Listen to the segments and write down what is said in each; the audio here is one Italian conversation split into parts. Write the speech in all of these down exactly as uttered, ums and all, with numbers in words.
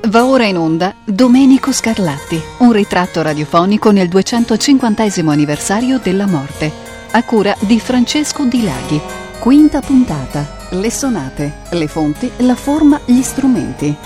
Va ora in onda Domenico Scarlatti, un ritratto radiofonico nel duecentocinquantesimo anniversario della morte, a cura di Francesco Di Laghi. Quinta puntata. Le sonate, le fonti, la forma, gli strumenti.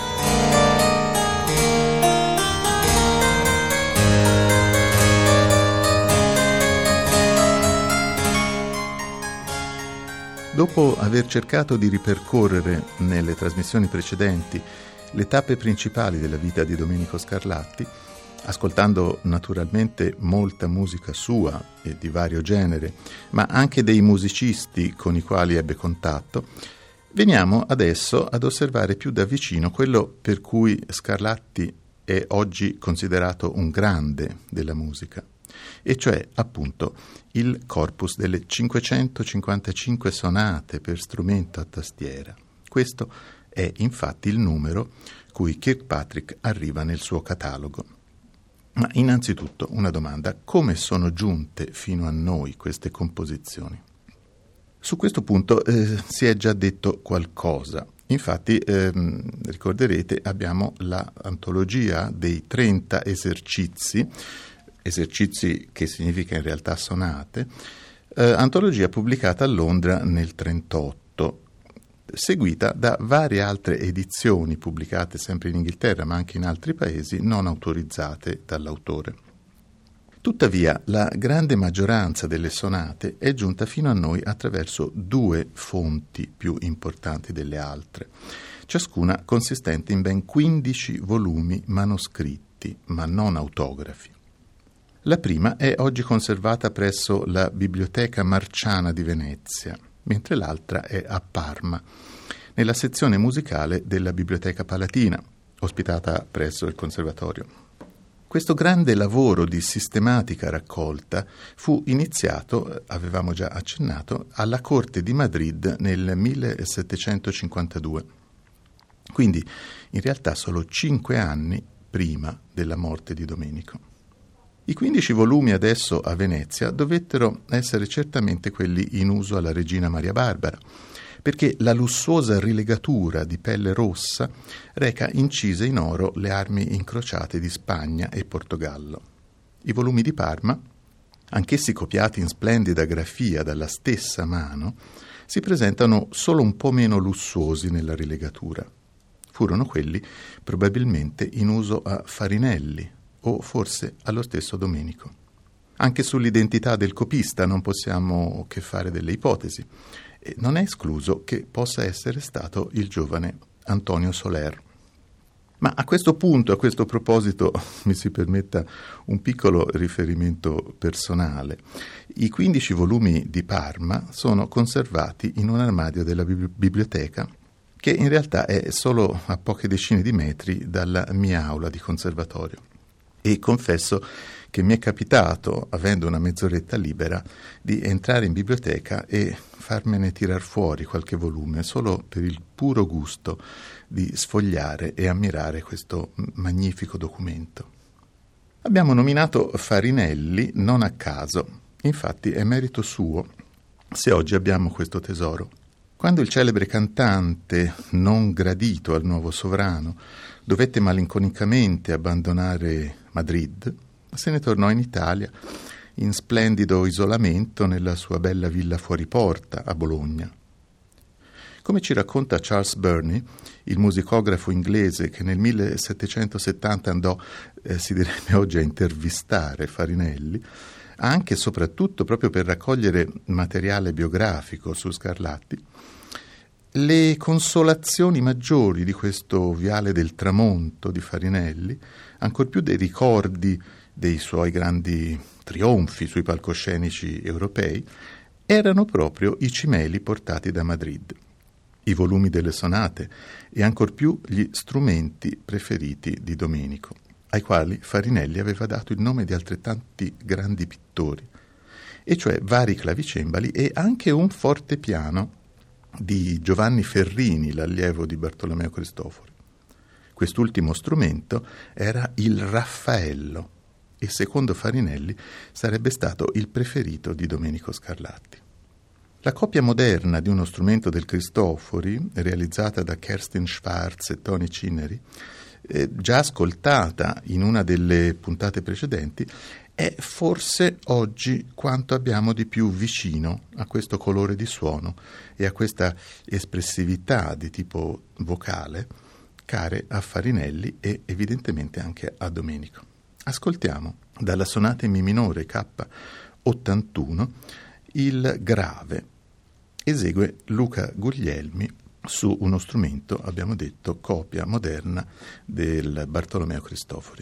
Dopo aver cercato di ripercorrere nelle trasmissioni precedenti le tappe principali della vita di Domenico Scarlatti, ascoltando naturalmente molta musica sua e di vario genere, ma anche dei musicisti con i quali ebbe contatto, veniamo adesso ad osservare più da vicino quello per cui Scarlatti è oggi considerato un grande della musica, e cioè appunto il corpus delle cinquecentocinquantacinque sonate per strumento a tastiera. Questo è infatti il numero cui Kirkpatrick arriva nel suo catalogo. Ma innanzitutto una domanda: come sono giunte fino a noi queste composizioni? Su questo punto eh, si è già detto qualcosa. Infatti, ehm, ricorderete, abbiamo l'antologia dei trenta esercizi, esercizi che significa in realtà sonate, eh, antologia pubblicata a Londra nel trentotto, seguita da varie altre edizioni pubblicate sempre in Inghilterra ma anche in altri paesi non autorizzate dall'autore. Tuttavia la grande maggioranza delle sonate è giunta fino a noi attraverso due fonti più importanti delle altre, ciascuna consistente in ben quindici volumi manoscritti ma non autografi. La prima è oggi conservata presso la Biblioteca Marciana di Venezia, mentre l'altra è a Parma, nella sezione musicale della Biblioteca Palatina, ospitata presso il Conservatorio. Questo grande lavoro di sistematica raccolta fu iniziato, avevamo già accennato, alla Corte di Madrid nel millesettecentocinquantadue, quindi in realtà solo cinque anni prima della morte di Domenico. I quindici volumi adesso a Venezia dovettero essere certamente quelli in uso alla regina Maria Barbara, perché la lussuosa rilegatura di pelle rossa reca incise in oro le armi incrociate di Spagna e Portogallo. I volumi di Parma, anch'essi copiati in splendida grafia dalla stessa mano, si presentano solo un po' meno lussuosi nella rilegatura. Furono quelli probabilmente in uso a Farinelli, o forse allo stesso Domenico. Anche sull'identità del copista non possiamo che fare delle ipotesi, e non è escluso che possa essere stato il giovane Antonio Soler. Ma a questo punto, a questo proposito, mi si permetta un piccolo riferimento personale. I quindici volumi di Parma sono conservati in un armadio della biblioteca, che in realtà è solo a poche decine di metri dalla mia aula di conservatorio. E confesso che mi è capitato, avendo una mezz'oretta libera, di entrare in biblioteca e farmene tirar fuori qualche volume, solo per il puro gusto di sfogliare e ammirare questo magnifico documento. Abbiamo nominato Farinelli non a caso, infatti è merito suo se oggi abbiamo questo tesoro. Quando il celebre cantante, non gradito al nuovo sovrano, dovette malinconicamente abbandonare Madrid, se ne tornò in Italia in splendido isolamento nella sua bella villa fuori porta a Bologna. Come ci racconta Charles Burney, il musicografo inglese che nel millesettecentosettanta andò, eh, si direbbe oggi, a intervistare Farinelli, anche e soprattutto proprio per raccogliere materiale biografico su Scarlatti, le consolazioni maggiori di questo Viale del Tramonto di Farinelli, ancor più dei ricordi dei suoi grandi trionfi sui palcoscenici europei, erano proprio i cimeli portati da Madrid, i volumi delle sonate e ancor più gli strumenti preferiti di Domenico, ai quali Farinelli aveva dato il nome di altrettanti grandi pittori, e cioè vari clavicembali e anche un fortepiano di Giovanni Ferrini, l'allievo di Bartolomeo Cristofori. Quest'ultimo strumento era il Raffaello e secondo Farinelli sarebbe stato il preferito di Domenico Scarlatti. La copia moderna di uno strumento del Cristofori, realizzata da Kerstin Schwarz e Tony Cineri, eh, già ascoltata in una delle puntate precedenti, è forse oggi quanto abbiamo di più vicino a questo colore di suono e a questa espressività di tipo vocale care a Farinelli e evidentemente anche a Domenico. Ascoltiamo dalla sonata in Mi minore K ottantuno il grave. Esegue Luca Guglielmi su uno strumento, abbiamo detto, copia moderna del Bartolomeo Cristofori.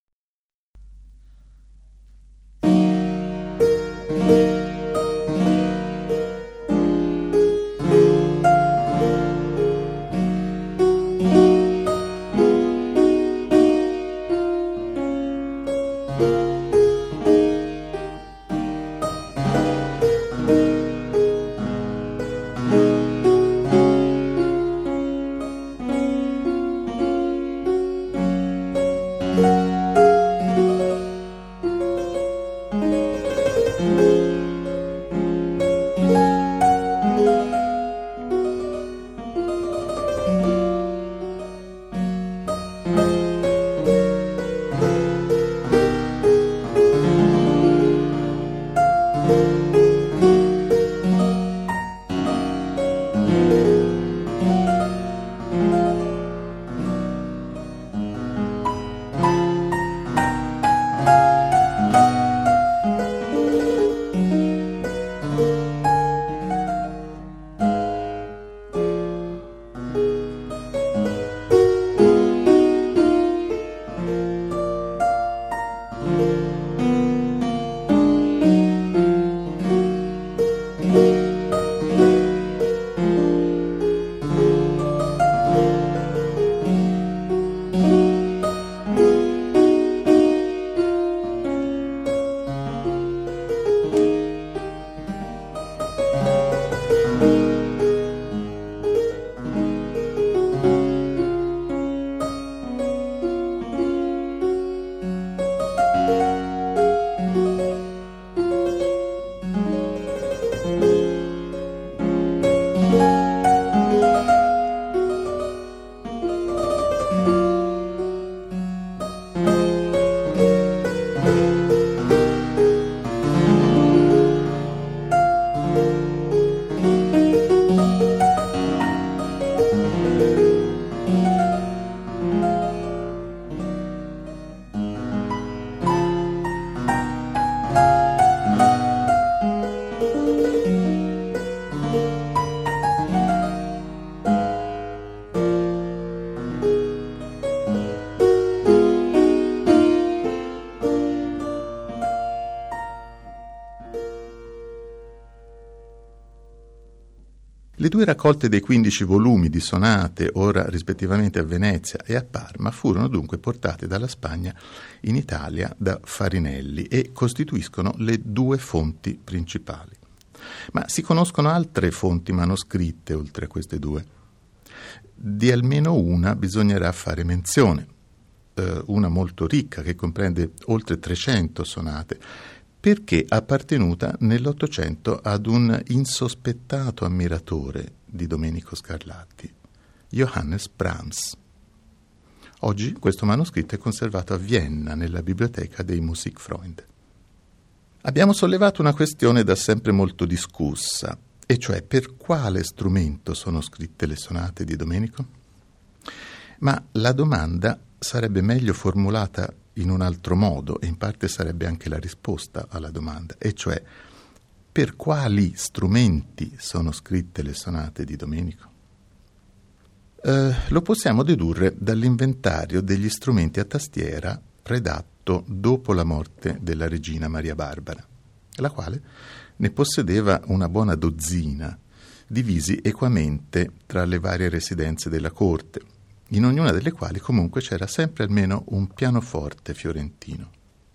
Le due raccolte dei quindici volumi di sonate, ora rispettivamente a Venezia e a Parma, furono dunque portate dalla Spagna in Italia da Farinelli e costituiscono le due fonti principali. Ma si conoscono altre fonti manoscritte oltre a queste due. Di almeno una bisognerà fare menzione, eh, una molto ricca che comprende oltre trecento sonate, perché appartenuta nell'Ottocento ad un insospettato ammiratore di Domenico Scarlatti, Johannes Brahms. Oggi questo manoscritto è conservato a Vienna, nella biblioteca dei Musikfreunde. Abbiamo sollevato una questione da sempre molto discussa, e cioè per quale strumento sono scritte le sonate di Domenico? Ma la domanda sarebbe meglio formulata in un altro modo, e in parte sarebbe anche la risposta alla domanda, e cioè per quali strumenti sono scritte le sonate di Domenico? Eh, lo possiamo dedurre dall'inventario degli strumenti a tastiera redatto dopo la morte della regina Maria Barbara, la quale ne possedeva una buona dozzina, divisi equamente tra le varie residenze della corte, in ognuna delle quali comunque c'era sempre almeno un pianoforte fiorentino.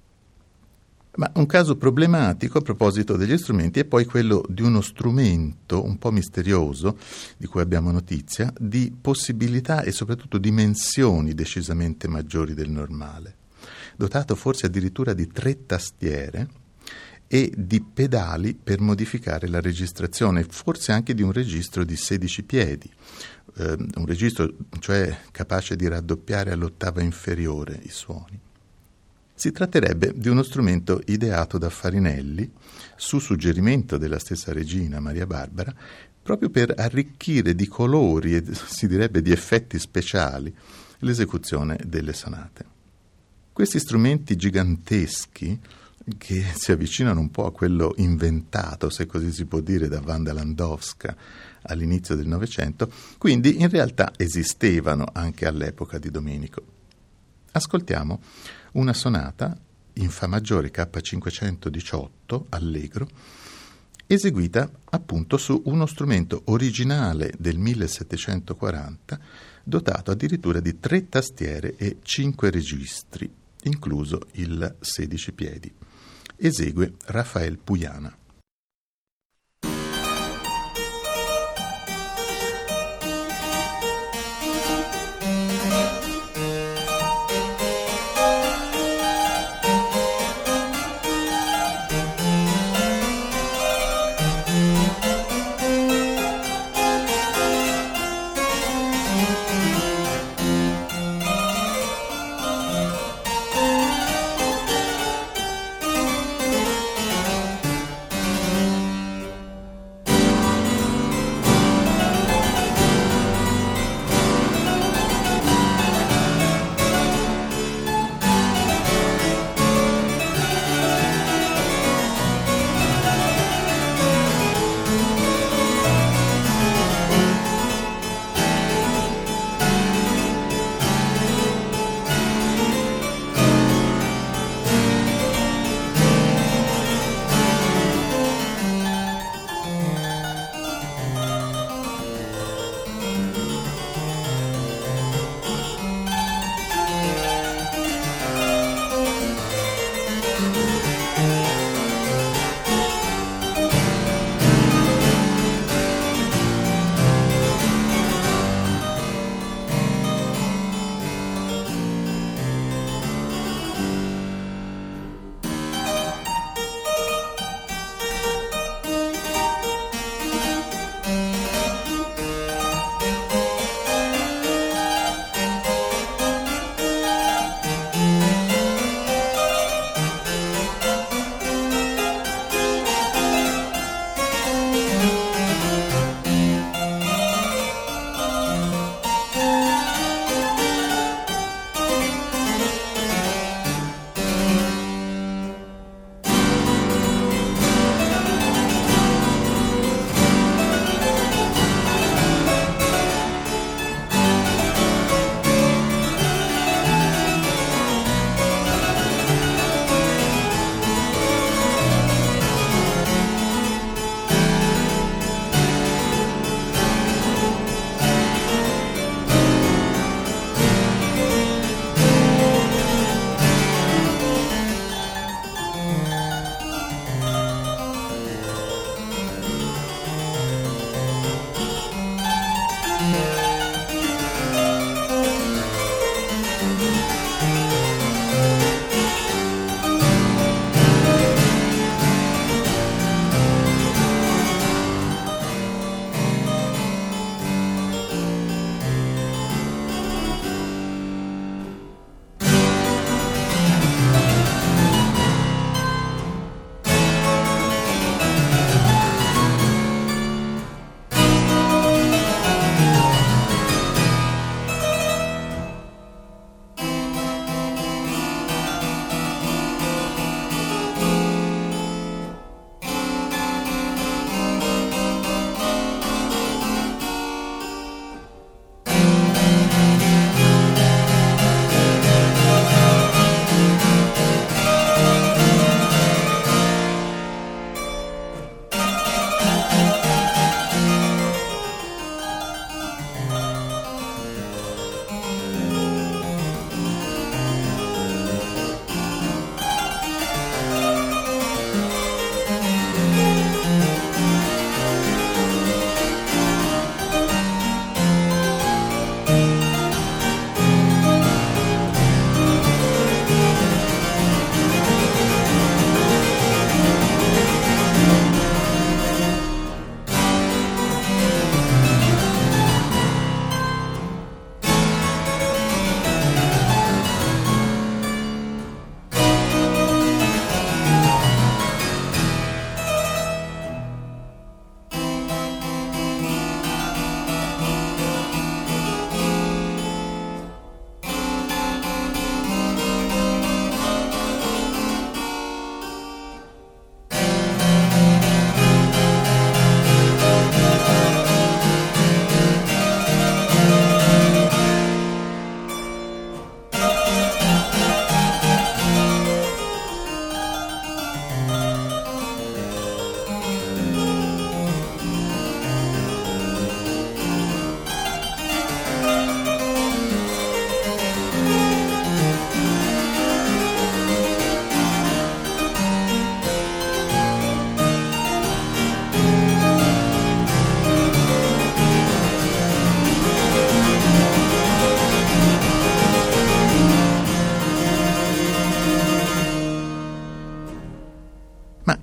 Ma un caso problematico a proposito degli strumenti è poi quello di uno strumento un po' misterioso, di cui abbiamo notizia, di possibilità e soprattutto dimensioni decisamente maggiori del normale, dotato forse addirittura di tre tastiere e di pedali per modificare la registrazione, forse anche di un registro di sedici piedi, eh, un registro cioè capace di raddoppiare all'ottava inferiore i suoni. Si tratterebbe di uno strumento ideato da Farinelli, su suggerimento della stessa regina Maria Barbara, proprio per arricchire di colori e si direbbe di effetti speciali l'esecuzione delle sonate. Questi strumenti giganteschi, che si avvicinano un po' a quello inventato, se così si può dire, da Wanda Landowska all'inizio del Novecento, quindi in realtà esistevano anche all'epoca di Domenico. Ascoltiamo una sonata in Fa maggiore K cinquecentodiciotto, allegro, eseguita appunto su uno strumento originale del millesettecentoquaranta, dotato addirittura di tre tastiere e cinque registri, incluso il sedici piedi. Esegue Rafael Pujana.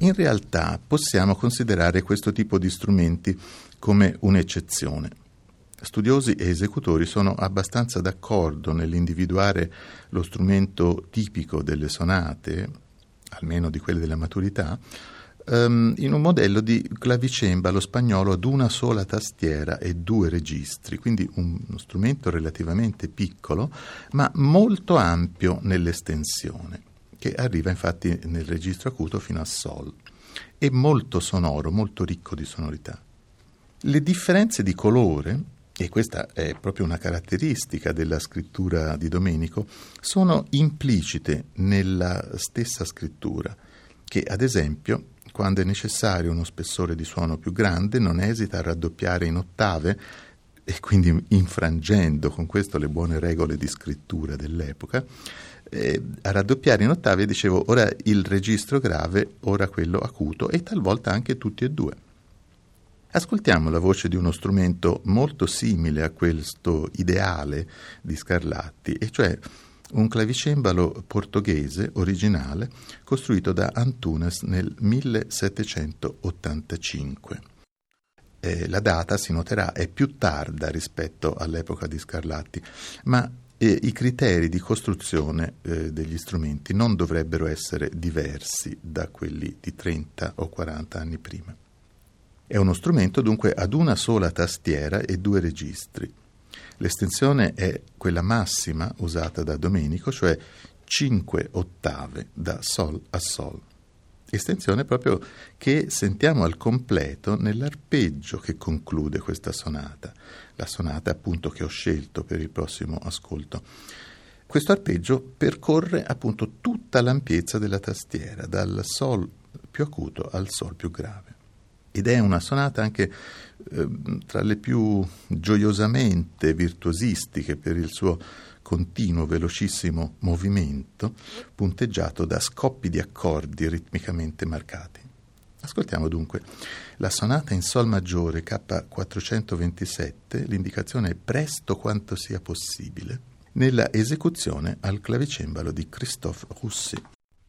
in realtà possiamo considerare questo tipo di strumenti come un'eccezione. Studiosi e esecutori sono abbastanza d'accordo nell'individuare lo strumento tipico delle sonate, almeno di quelle della maturità, um, in un modello di clavicembalo spagnolo ad una sola tastiera e due registri, quindi un, uno strumento relativamente piccolo, ma molto ampio nell'estensione, che arriva infatti nel registro acuto fino a sol, e molto sonoro, molto ricco di sonorità. Le differenze di colore, e questa è proprio una caratteristica della scrittura di Domenico, sono implicite nella stessa scrittura, che ad esempio, quando è necessario uno spessore di suono più grande, non esita a raddoppiare in ottave, e quindi infrangendo con questo le buone regole di scrittura dell'epoca, eh, a raddoppiare in ottave, dicevo, ora il registro grave, ora quello acuto, e talvolta anche tutti e due. Ascoltiamo la voce di uno strumento molto simile a questo ideale di Scarlatti, e cioè un clavicembalo portoghese originale costruito da Antunes nel millesettecentottantacinque. Eh, la data, si noterà, è più tarda rispetto all'epoca di Scarlatti, ma eh, i criteri di costruzione eh, degli strumenti non dovrebbero essere diversi da quelli di trenta o quaranta anni prima. È uno strumento dunque ad una sola tastiera e due registri. L'estensione è quella massima usata da Domenico, cioè cinque ottave da sol a sol. Estensione proprio che sentiamo al completo nell'arpeggio che conclude questa sonata, la sonata appunto che ho scelto per il prossimo ascolto. Questo arpeggio percorre appunto tutta l'ampiezza della tastiera, dal sol più acuto al sol più grave. Ed è una sonata anche eh, tra le più gioiosamente virtuosistiche per il suo continuo, velocissimo movimento, punteggiato da scoppi di accordi ritmicamente marcati. Ascoltiamo dunque la sonata in sol maggiore K quattrocentoventisette, l'indicazione è presto quanto sia possibile, nella esecuzione al clavicembalo di Christophe Rousset.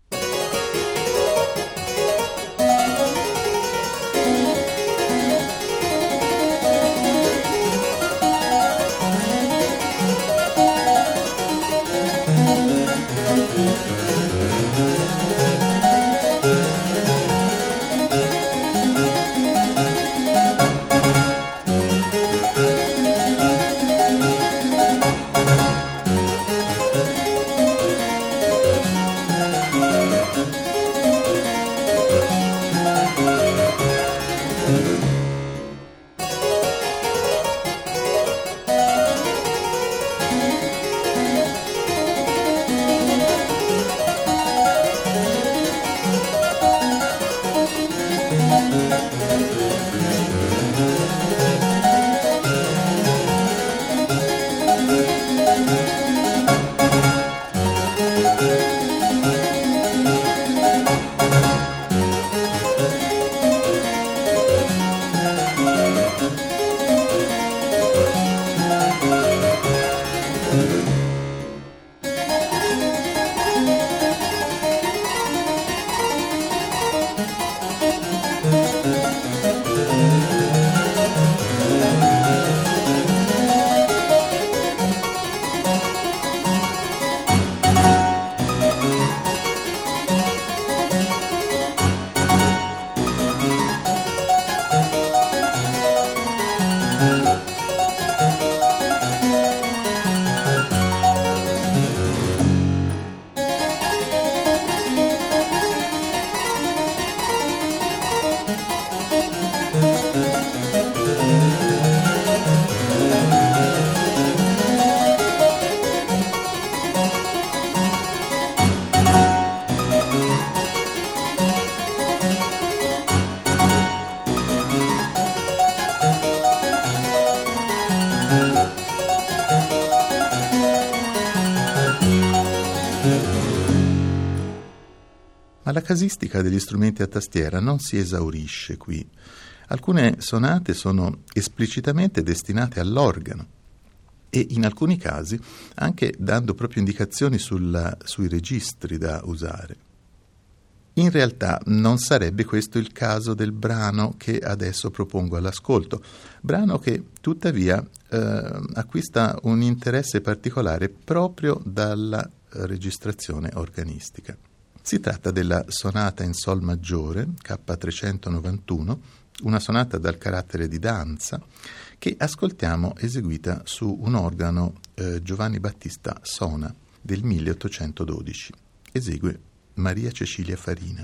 Ma la casistica degli strumenti a tastiera non si esaurisce qui. Alcune sonate sono esplicitamente destinate all'organo e in alcuni casi anche dando proprio indicazioni sulla, sui registri da usare. In realtà non sarebbe questo il caso del brano che adesso propongo all'ascolto, brano che tuttavia eh, acquista un interesse particolare proprio dalla registrazione organistica. Si tratta della sonata in sol maggiore, K trecentonovantuno, una sonata dal carattere di danza, che ascoltiamo eseguita su un organo eh, Giovanni Battista Sona del milleottocentododici. Esegue Maria Cecilia Farina.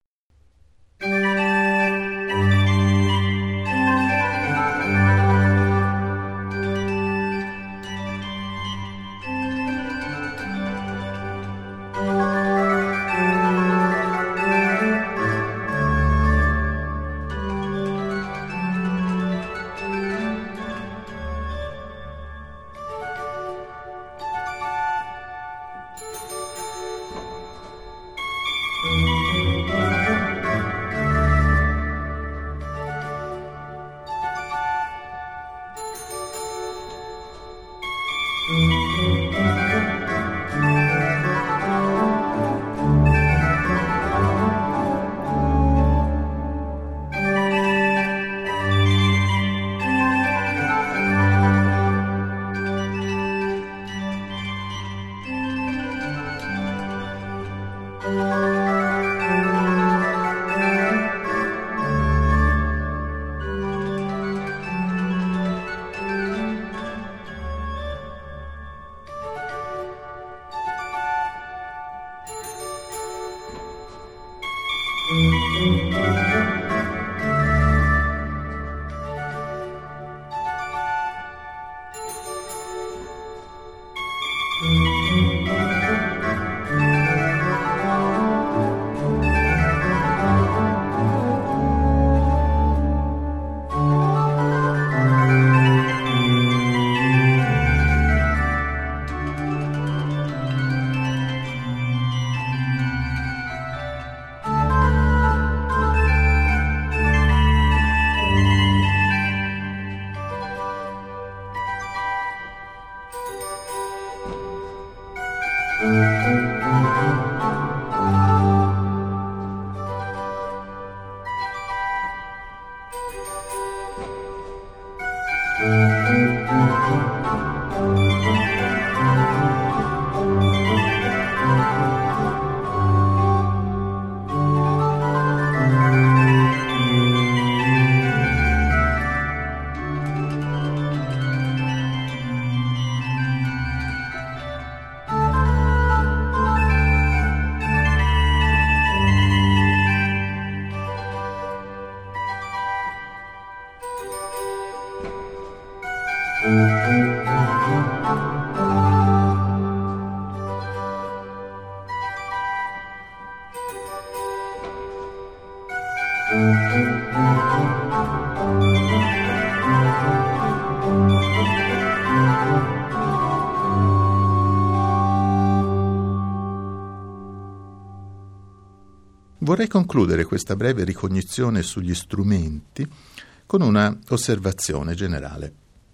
Vorrei concludere questa breve ricognizione sugli strumenti con una osservazione generale.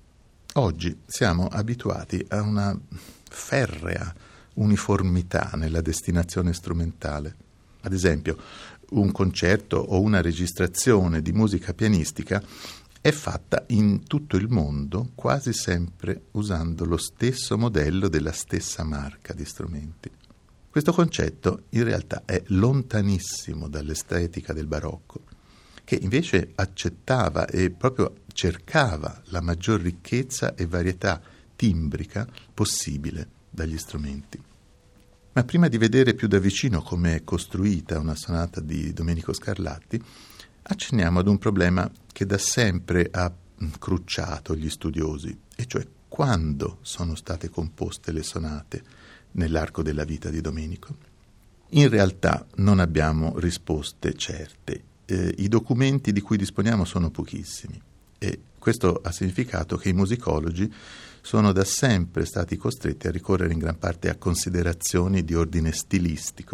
Oggi siamo abituati a una ferrea uniformità nella destinazione strumentale. Ad esempio, un concerto o una registrazione di musica pianistica è fatta in tutto il mondo quasi sempre usando lo stesso modello della stessa marca di strumenti. Questo concetto in realtà è lontanissimo dall'estetica del barocco, che invece accettava e proprio cercava la maggior ricchezza e varietà timbrica possibile dagli strumenti. Ma prima di vedere più da vicino come è costruita una sonata di Domenico Scarlatti, accenniamo ad un problema che da sempre ha crucciato gli studiosi, e cioè quando sono state composte le sonate nell'arco della vita di Domenico. In realtà non abbiamo risposte certe. Eh, I documenti di cui disponiamo sono pochissimi e questo ha significato che i musicologi sono da sempre stati costretti a ricorrere in gran parte a considerazioni di ordine stilistico.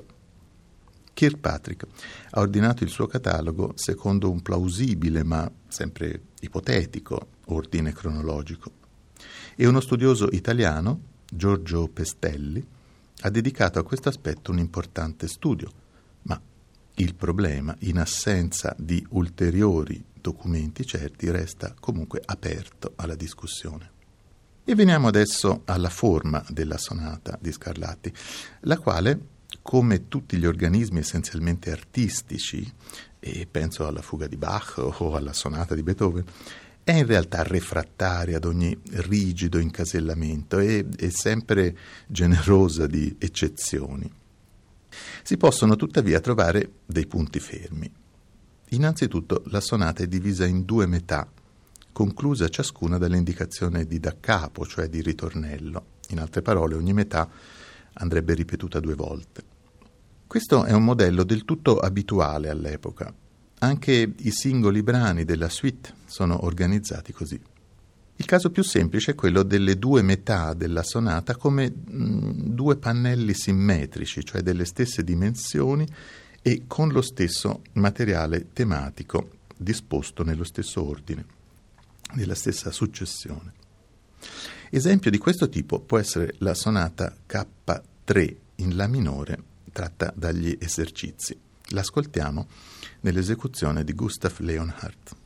Kirkpatrick ha ordinato il suo catalogo secondo un plausibile ma sempre ipotetico ordine cronologico e uno studioso italiano, Giorgio Pestelli, ha dedicato a questo aspetto un importante studio, ma il problema, in assenza di ulteriori documenti certi, resta comunque aperto alla discussione. E veniamo adesso alla forma della sonata di Scarlatti, la quale, come tutti gli organismi essenzialmente artistici, e penso alla fuga di Bach o alla sonata di Beethoven, è in realtà refrattaria ad ogni rigido incasellamento e è sempre generosa di eccezioni. Si possono tuttavia trovare dei punti fermi. Innanzitutto la sonata è divisa in due metà, conclusa ciascuna dall'indicazione di da capo, cioè di ritornello. In altre parole, ogni metà andrebbe ripetuta due volte. Questo è un modello del tutto abituale all'epoca. Anche i singoli brani della suite sono organizzati così. Il caso più semplice è quello delle due metà della sonata come mh, due pannelli simmetrici, cioè delle stesse dimensioni e con lo stesso materiale tematico disposto nello stesso ordine, nella stessa successione. Esempio di questo tipo può essere la sonata K tre in La minore, tratta dagli esercizi. L'ascoltiamo nell'esecuzione di Gustav Leonhardt.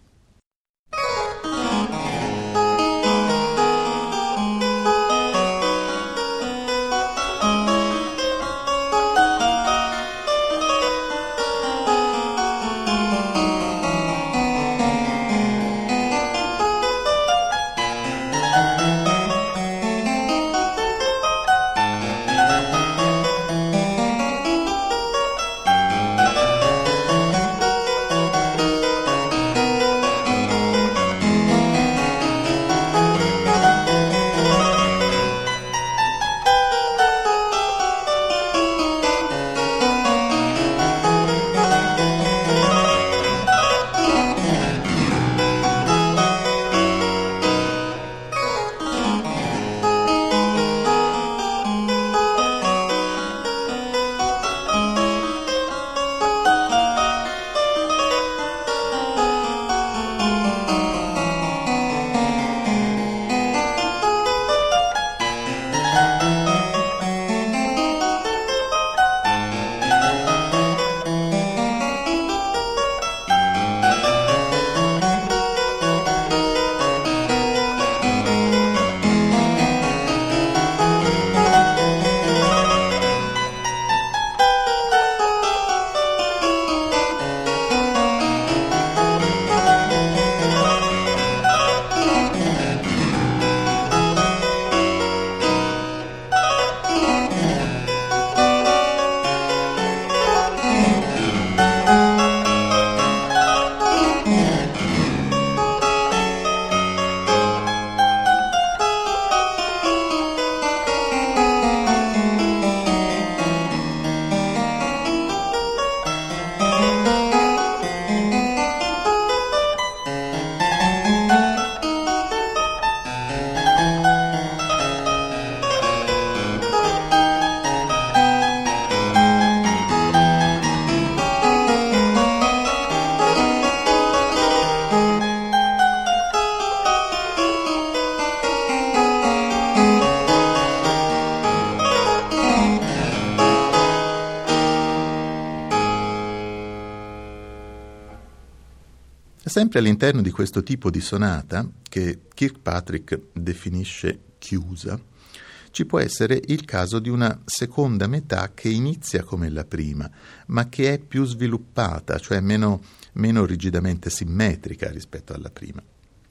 Sempre all'interno di questo tipo di sonata, che Kirkpatrick definisce chiusa, ci può essere il caso di una seconda metà che inizia come la prima, ma che è più sviluppata, cioè meno, meno rigidamente simmetrica rispetto alla prima.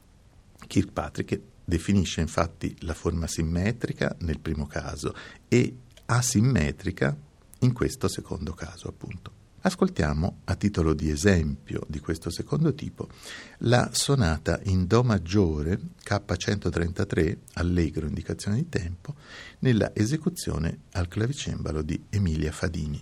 Kirkpatrick definisce infatti la forma simmetrica nel primo caso e asimmetrica in questo secondo caso, appunto. Ascoltiamo, a titolo di esempio di questo secondo tipo, la sonata in Do maggiore K centotrentatré, allegro indicazione di tempo, nella esecuzione al clavicembalo di Emilia Fadini.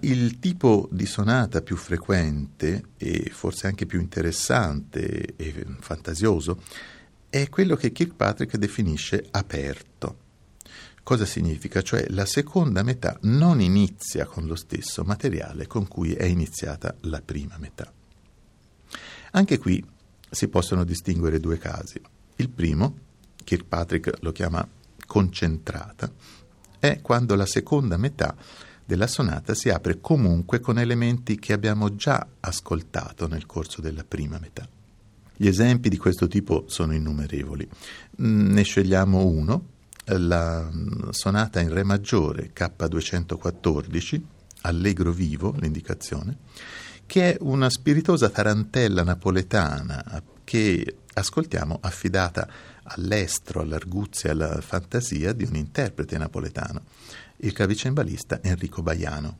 il tipo di sonata più frequente e forse anche più interessante e fantasioso è quello che Kirkpatrick definisce aperto. Cosa significa? Cioè la seconda metà non inizia con lo stesso materiale con cui è iniziata la prima metà. Anche qui si possono distinguere due casi. Il primo, Kirkpatrick lo chiama concentrata, è quando la seconda metà della sonata si apre comunque con elementi che abbiamo già ascoltato nel corso della prima metà. Gli esempi di questo tipo sono innumerevoli. Ne scegliamo uno, la sonata in re maggiore K duecentoquattordici, allegro vivo, l'indicazione, che è una spiritosa tarantella napoletana che ascoltiamo affidata all'estro, all'arguzia e alla fantasia di un interprete napoletano, il clavicembalista Enrico Baiano.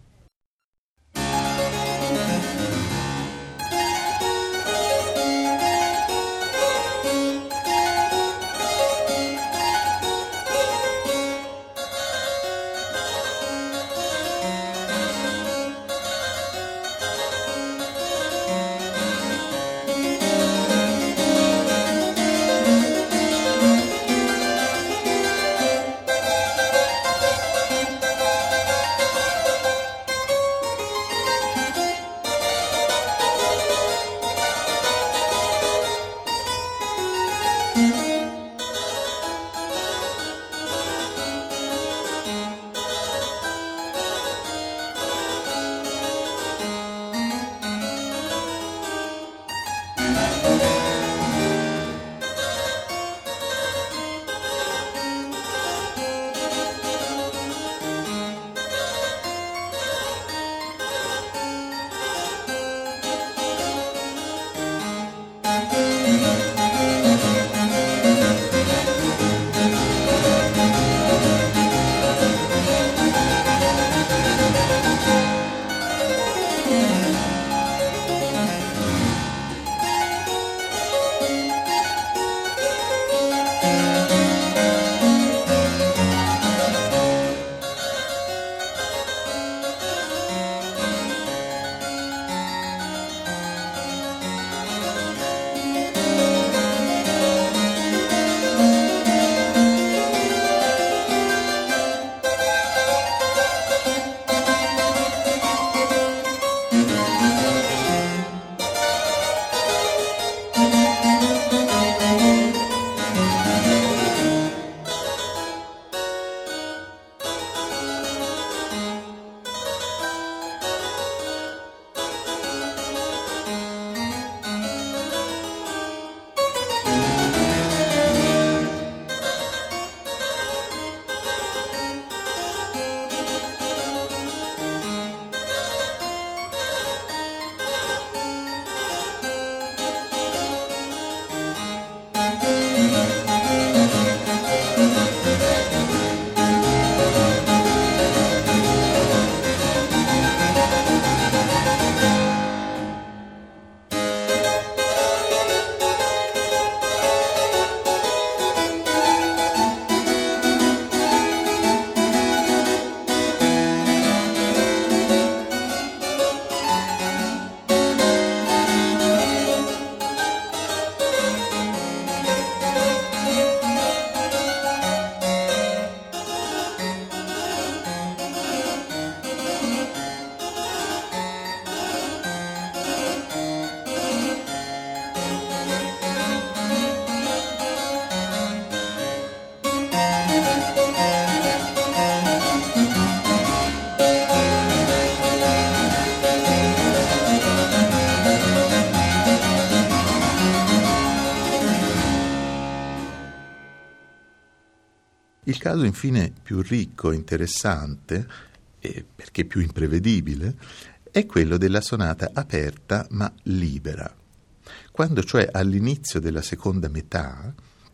Il caso infine più ricco e interessante, e perché più imprevedibile, è quello della sonata aperta ma libera. Quando cioè all'inizio della seconda metà,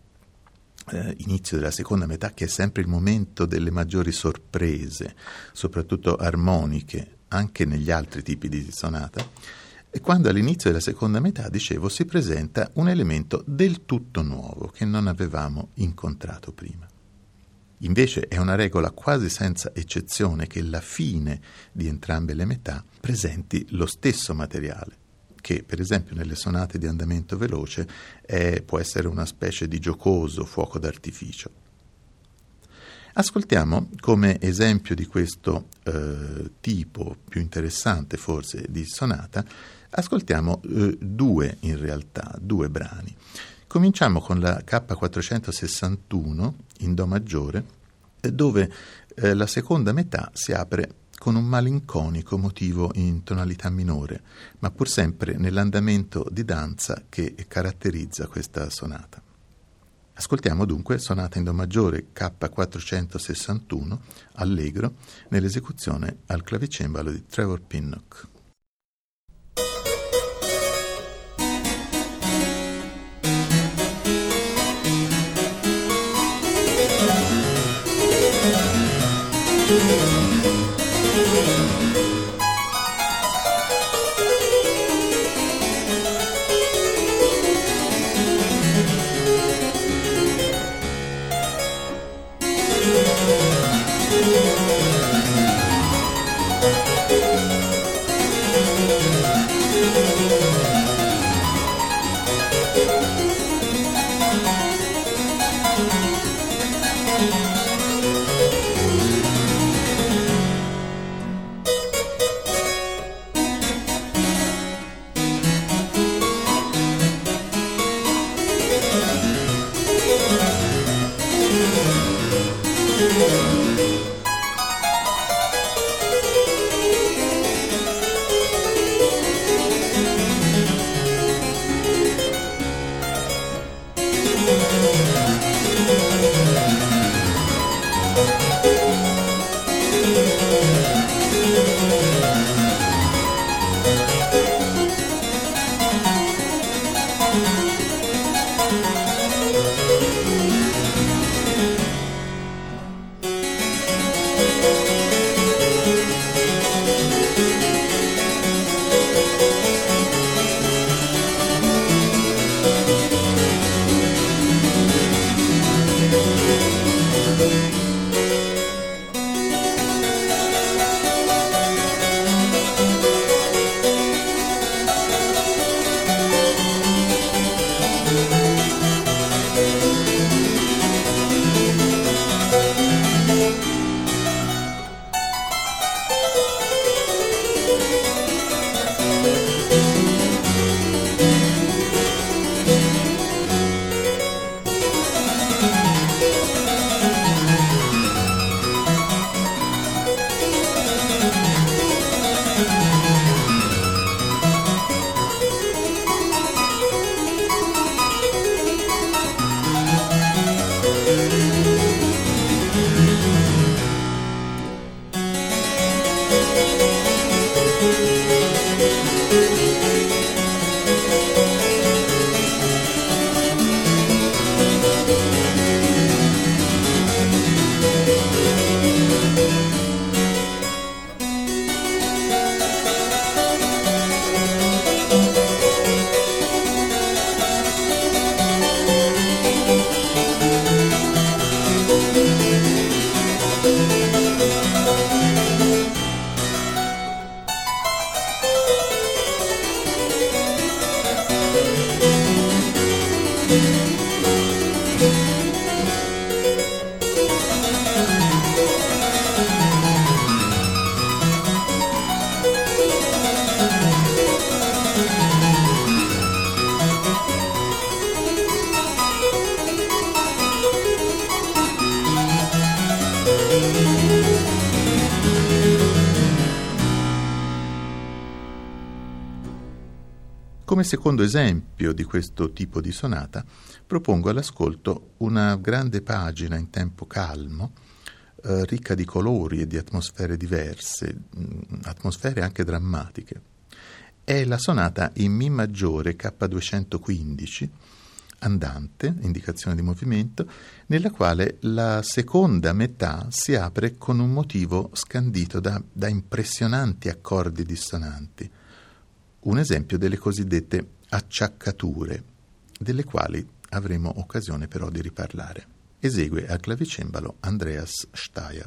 eh, inizio della seconda metà che è sempre il momento delle maggiori sorprese, soprattutto armoniche, anche negli altri tipi di sonata, e quando all'inizio della seconda metà, dicevo, si presenta un elemento del tutto nuovo che non avevamo incontrato prima. Invece è una regola quasi senza eccezione che la fine di entrambe le metà presenti lo stesso materiale, che per esempio nelle sonate di andamento veloce è, può essere una specie di giocoso fuoco d'artificio. Ascoltiamo come esempio di questo eh, tipo più interessante forse di sonata, ascoltiamo eh, due in realtà, due brani. Cominciamo con la K quattrocentosessantuno in Do maggiore, dove eh, la seconda metà si apre con un malinconico motivo in tonalità minore, ma pur sempre nell'andamento di danza che caratterizza questa sonata. Ascoltiamo dunque sonata in Do maggiore K quattrocentosessantuno, allegro, nell'esecuzione al clavicembalo di Trevor Pinnock. Come secondo esempio di questo tipo di sonata, propongo all'ascolto una grande pagina in tempo calmo, eh, ricca di colori e di atmosfere diverse, mh, atmosfere anche drammatiche. È la sonata in Mi maggiore K duecentoquindici, andante, indicazione di movimento, nella quale la seconda metà si apre con un motivo scandito da, da impressionanti accordi dissonanti. Un esempio delle cosiddette acciaccature, delle quali avremo occasione però di riparlare. esegue al clavicembalo Andreas Steyr.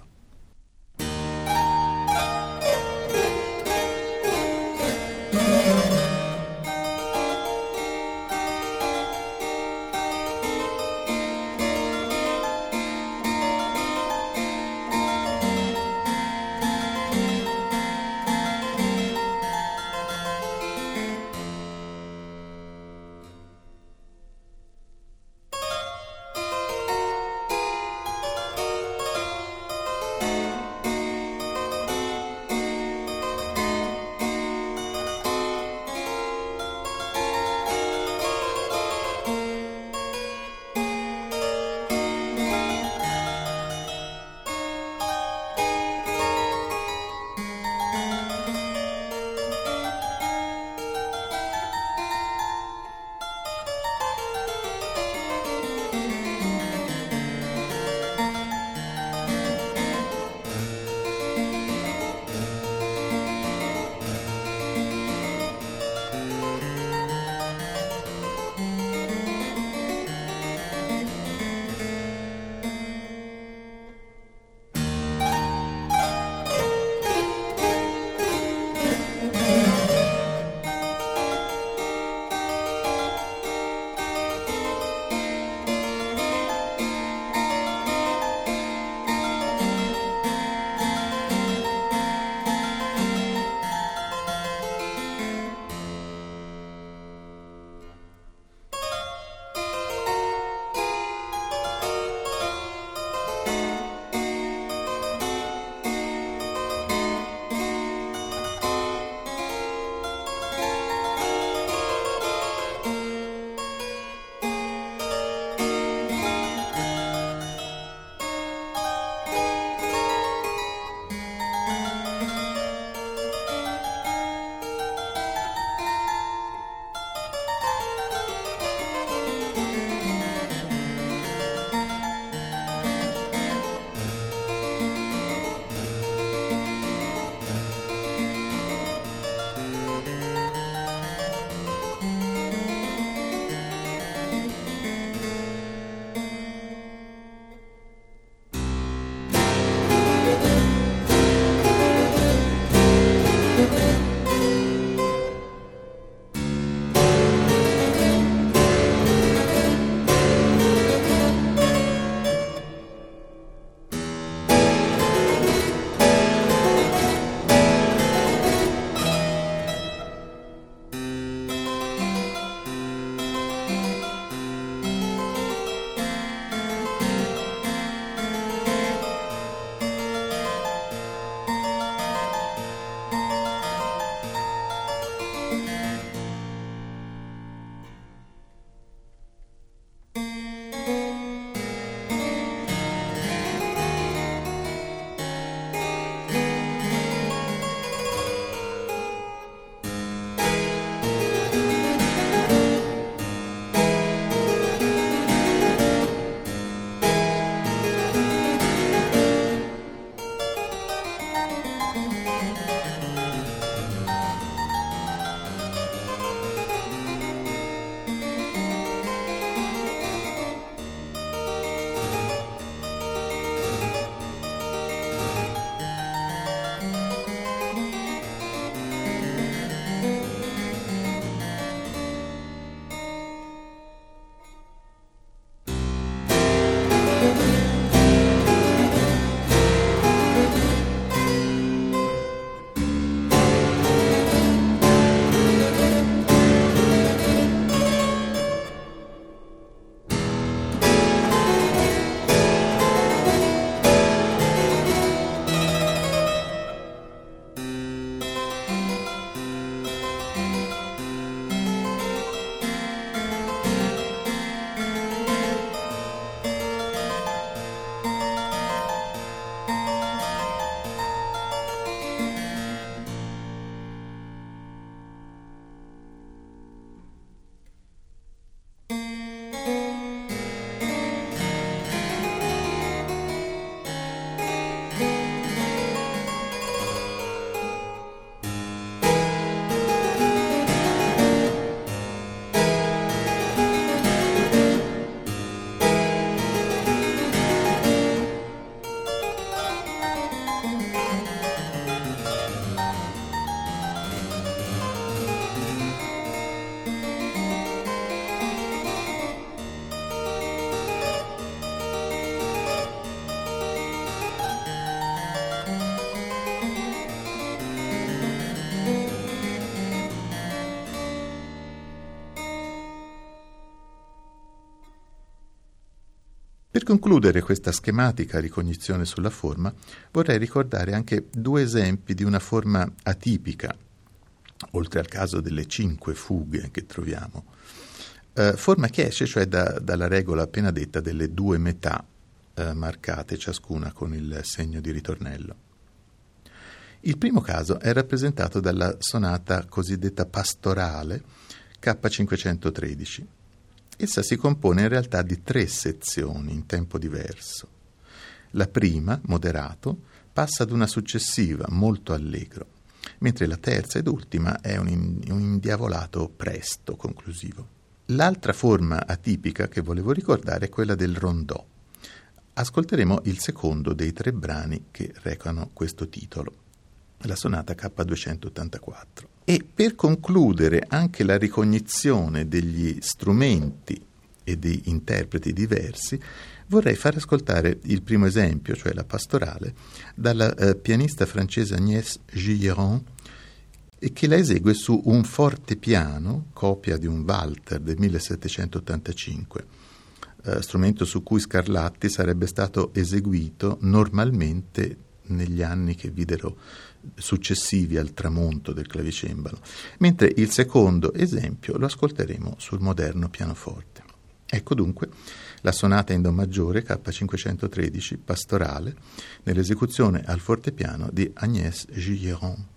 Per concludere questa schematica ricognizione sulla forma, vorrei ricordare anche due esempi di una forma atipica, oltre al caso delle cinque fughe che troviamo. Eh, forma che esce cioè da, dalla regola appena detta delle due metà eh, marcate ciascuna con il segno di ritornello. Il primo caso è rappresentato dalla sonata cosiddetta pastorale K cinquecentotredici. Essa si compone in realtà di tre sezioni in tempo diverso. La prima, moderato, passa ad una successiva, molto allegro, mentre la terza ed ultima è un, in, un indiavolato presto conclusivo. L'altra forma atipica che volevo ricordare è quella del rondò. Ascolteremo il secondo dei tre brani che recano questo titolo, la sonata K duecentottantaquattro. E per concludere anche la ricognizione degli strumenti e di interpreti diversi, vorrei far ascoltare il primo esempio, cioè la pastorale, dalla eh, pianista francese Agnès Gilleron, che la esegue su un fortepiano, copia di un Walter del millesettecentottantacinque, eh, strumento su cui Scarlatti sarebbe stato eseguito normalmente negli anni che videro successivi al tramonto del clavicembalo, mentre il secondo esempio lo ascolteremo sul moderno pianoforte. Ecco dunque la sonata in do maggiore K cinquecentotredici pastorale nell'esecuzione al fortepiano di Agnès Gilleron.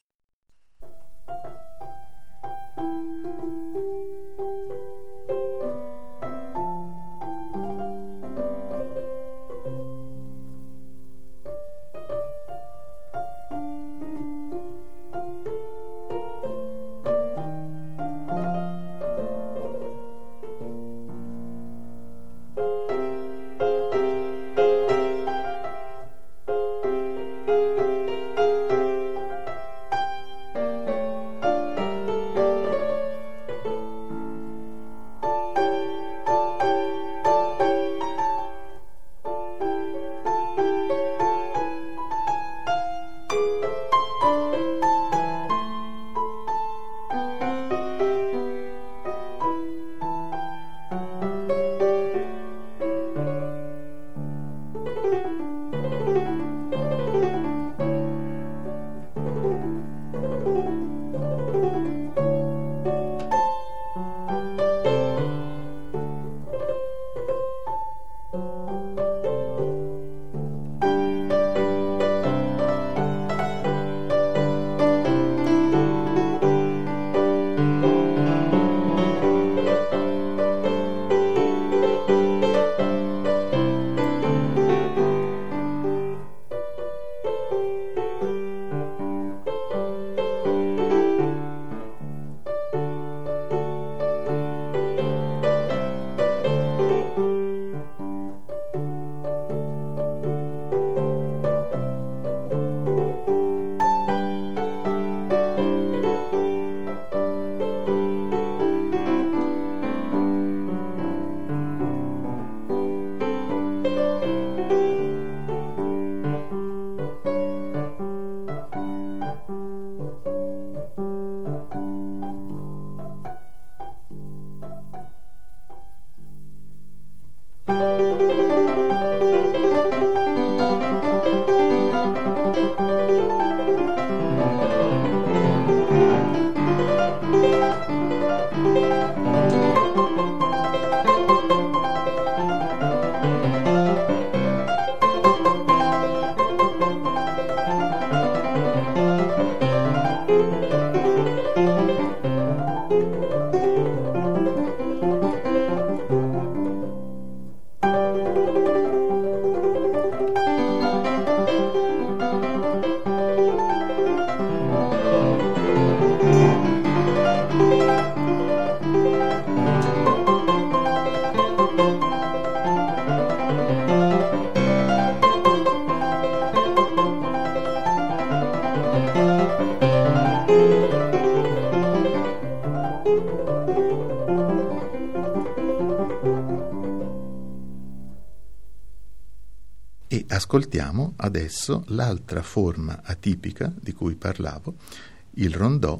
E ascoltiamo adesso l'altra forma atipica di cui parlavo, il rondò,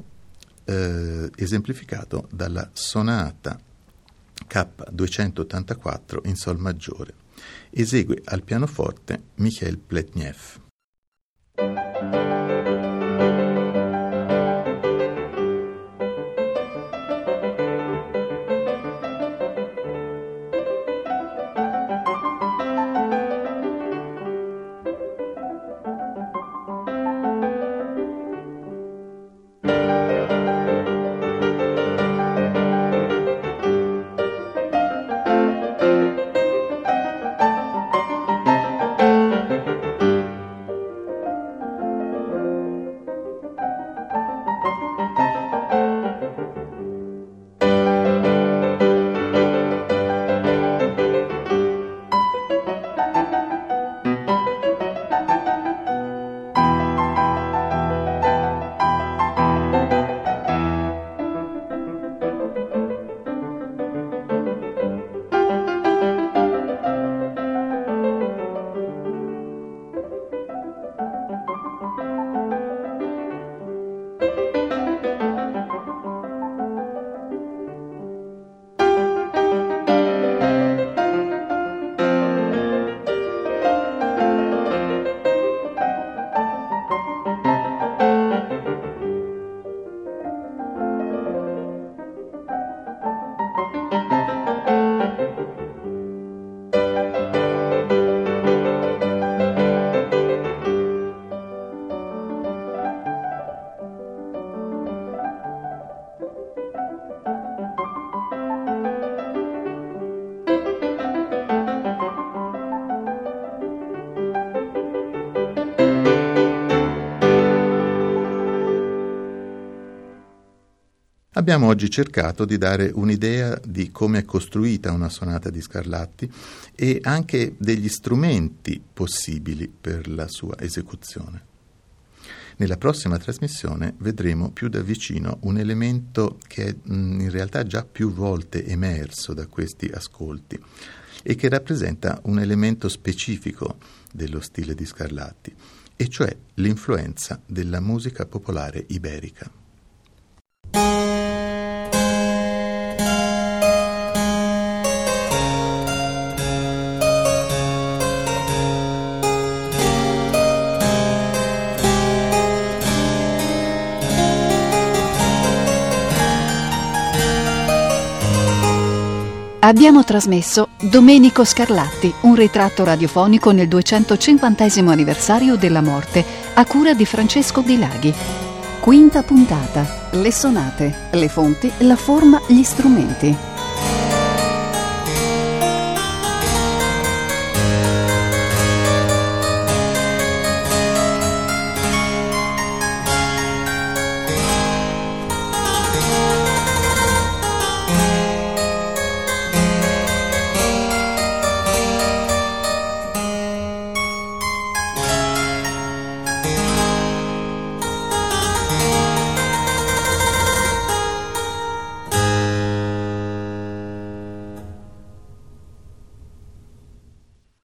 eh, esemplificato dalla sonata K duecentottantaquattro in sol maggiore. Esegue al pianoforte Michael Pletnev. Abbiamo oggi cercato di dare un'idea di come è costruita una sonata di Scarlatti e anche degli strumenti possibili per la sua esecuzione. Nella prossima trasmissione vedremo più da vicino un elemento che è in realtà già più volte emerso da questi ascolti e che rappresenta un elemento specifico dello stile di Scarlatti, e cioè l'influenza della musica popolare iberica. Abbiamo trasmesso Domenico Scarlatti, un ritratto radiofonico nel duecentocinquantesimo anniversario della morte, a cura di Francesco Di Laghi. Quinta puntata. Le sonate, le fonti, la forma, gli strumenti.